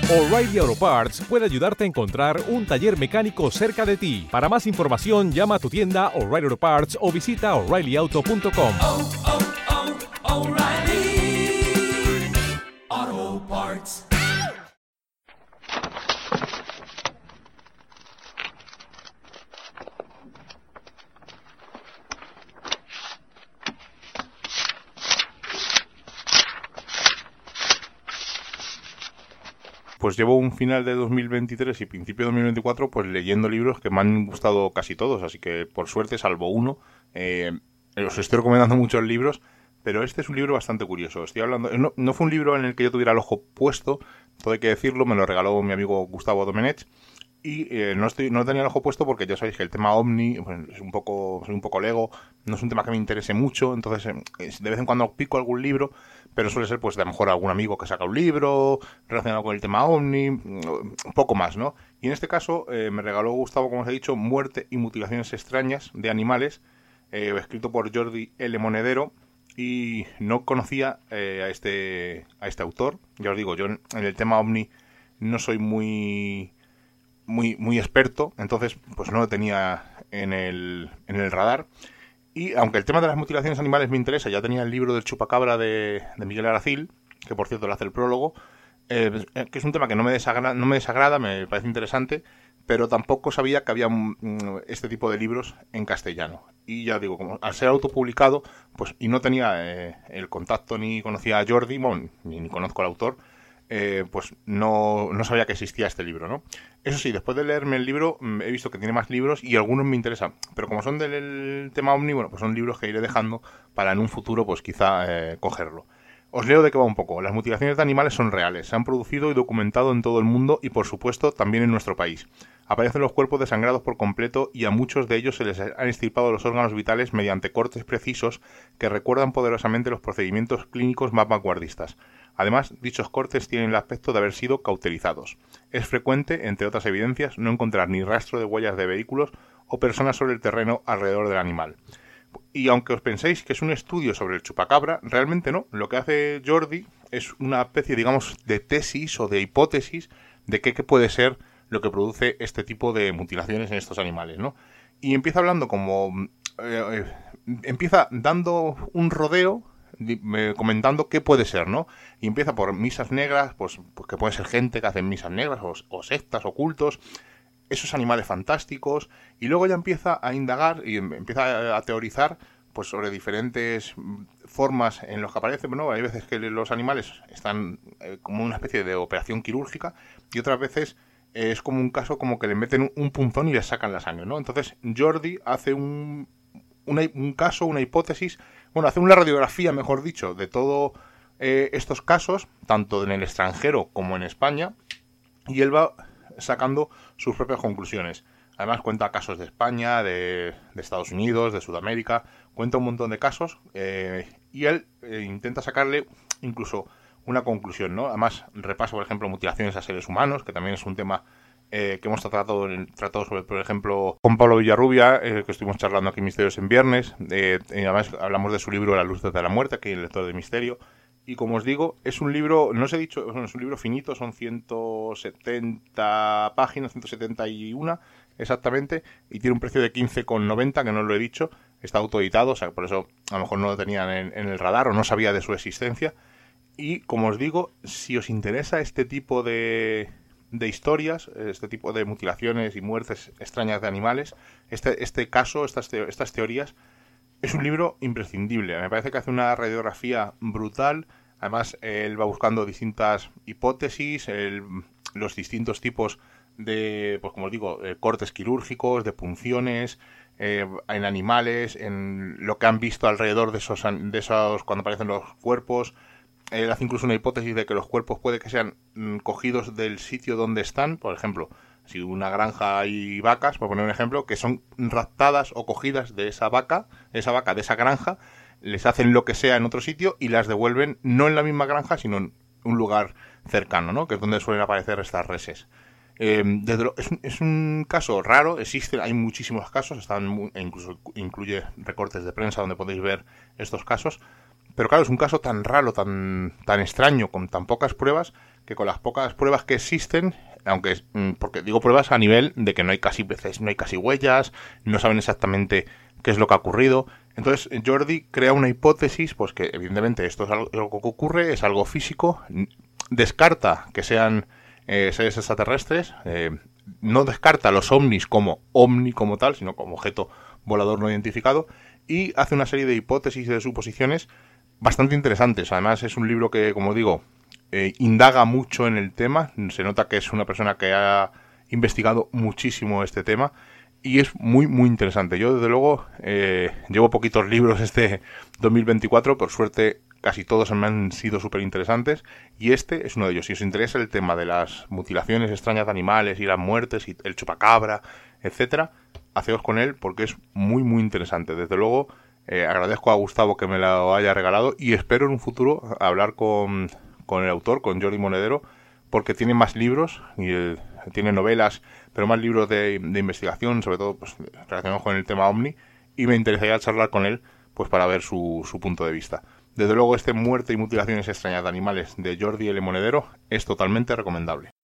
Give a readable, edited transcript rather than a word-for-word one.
O'Reilly Auto Parts puede ayudarte a encontrar un taller mecánico cerca de ti. Para más información, llama a tu tienda O'Reilly Auto Parts o visita O'ReillyAuto.com. O'Reilly Auto Parts. Pues llevo un final de 2023 y principio de 2024 pues leyendo libros que me han gustado casi todos, así que por suerte, salvo uno, os estoy recomendando muchos libros, pero este es un libro bastante curioso. Estoy hablando, no fue un libro en el que yo tuviera el ojo puesto, todo hay que decirlo, me lo regaló mi amigo Gustavo Domenech, y no tenía el ojo puesto porque ya sabéis que el tema Omni pues, soy un poco lego, no es un tema que me interese mucho, entonces de vez en cuando pico algún libro, pero suele ser pues de a lo mejor algún amigo que saca un libro relacionado con el tema Omni, un poco más, ¿no? Y en este caso me regaló Gustavo, como os he dicho, Muerte y mutilaciones extrañas de animales, escrito por Jordi L. Monedero, y no conocía a este autor. Ya os digo, yo en el tema Omni no soy muy experto, entonces pues no lo tenía en el radar. Y aunque el tema de las mutilaciones animales me interesa, ya tenía el libro del chupacabra de Miguel Aracil, que por cierto le hace el prólogo, que es un tema que no me desagrada, me parece interesante, pero tampoco sabía que había este tipo de libros en castellano. Y ya digo, como al ser autopublicado, pues y no tenía el contacto ni conocía a Jordi, bueno, ni conozco al autor, pues no sabía que existía este libro, ¿no? Eso sí, después de leerme el libro he visto que tiene más libros y algunos me interesan, pero como son del tema Omni, bueno, pues son libros que iré dejando para en un futuro pues quizá cogerlo. Os leo de qué va un poco. Las mutilaciones de animales son reales, se han producido y documentado en todo el mundo y por supuesto también en nuestro país. Aparecen los cuerpos desangrados por completo y a muchos de ellos se les han extirpado los órganos vitales mediante cortes precisos que recuerdan poderosamente los procedimientos clínicos más vanguardistas. Además, dichos cortes tienen el aspecto de haber sido cauterizados. Es frecuente, entre otras evidencias, no encontrar ni rastro de huellas de vehículos o personas sobre el terreno alrededor del animal. Y aunque os penséis que es un estudio sobre el chupacabra, realmente no. Lo que hace Jordi es una especie, digamos, de tesis o de hipótesis de qué puede ser lo que produce este tipo de mutilaciones en estos animales, ¿no? Y empieza hablando empieza dando un rodeo, comentando qué puede ser, ¿no? Y empieza por misas negras, pues que puede ser gente que hace misas negras o sectas o cultos, esos animales fantásticos, y luego ya empieza a indagar y empieza a teorizar pues sobre diferentes formas en las que aparecen. Bueno, hay veces que los animales están como una especie de operación quirúrgica y otras veces es como un caso como que le meten un punzón y le sacan la sangre, ¿no? Entonces Jordi hace un caso, una hipótesis, bueno, hace una radiografía, mejor dicho, de todos estos casos, tanto en el extranjero como en España, y él va sacando sus propias conclusiones. Además cuenta casos de España, de Estados Unidos, de Sudamérica, cuenta un montón de casos y él intenta sacarle incluso una conclusión, ¿no? Además repasa, por ejemplo, mutilaciones a seres humanos, que también es un tema que hemos tratado sobre, por ejemplo, con Pablo Villarrubia, que estuvimos charlando aquí en Misterios en Viernes. Además hablamos de su libro La luz desde la muerte, aquí en El lector de misterio. Y como os digo, es un libro, no os he dicho, es un libro finito, son 170 páginas, 171 exactamente, y tiene un precio de 15,90, que no lo he dicho, está autoeditado, o sea, por eso a lo mejor no lo tenían en el radar o no sabía de su existencia. Y como os digo, si os interesa este tipo de historias, este tipo de mutilaciones y muertes extrañas de animales, este caso, estas teorías, es un libro imprescindible. Me parece que hace una radiografía brutal. Además, él va buscando distintas hipótesis, los distintos tipos de, pues como os digo, cortes quirúrgicos, de punciones, en animales, en lo que han visto alrededor de esos cuando aparecen los cuerpos. Él hace incluso una hipótesis de que los cuerpos puede que sean cogidos del sitio donde están. Por ejemplo, si una granja hay vacas, por poner un ejemplo, que son raptadas o cogidas de esa vaca de esa granja, les hacen lo que sea en otro sitio y las devuelven no en la misma granja, sino en un lugar cercano, ¿no? Que es donde suelen aparecer estas reses. Es un caso raro, hay muchísimos casos, incluso incluye recortes de prensa donde podéis ver estos casos, Pero claro, es un caso tan raro, tan extraño, con tan pocas pruebas, que con las pocas pruebas que existen, aunque porque digo pruebas a nivel de que no hay casi veces, no hay casi huellas, no saben exactamente qué es lo que ha ocurrido. Entonces Jordi crea una hipótesis, pues que evidentemente esto es algo que ocurre, es algo físico, descarta que sean seres extraterrestres, no descarta los ovnis como ovni como tal, sino como objeto volador no identificado, y hace una serie de hipótesis y de suposiciones bastante interesantes. Además es un libro que, como digo, indaga mucho en el tema. Se nota que es una persona que ha investigado muchísimo este tema y es muy, muy interesante. Yo, desde luego, llevo poquitos libros este 2024. Por suerte, casi todos me han sido súper interesantes y este es uno de ellos. Si os interesa el tema de las mutilaciones extrañas de animales y las muertes y el chupacabra, etcétera, haceos con él porque es muy, muy interesante. Desde luego, agradezco a Gustavo que me lo haya regalado y espero en un futuro hablar con el autor, con Jordi Monedero, porque tiene más libros, y tiene novelas, pero más libros de investigación, sobre todo pues, relacionados con el tema OVNI, y me interesaría charlar con él pues para ver su punto de vista. Desde luego, este Muerte y mutilaciones extrañas de animales de Jordi L. Monedero es totalmente recomendable.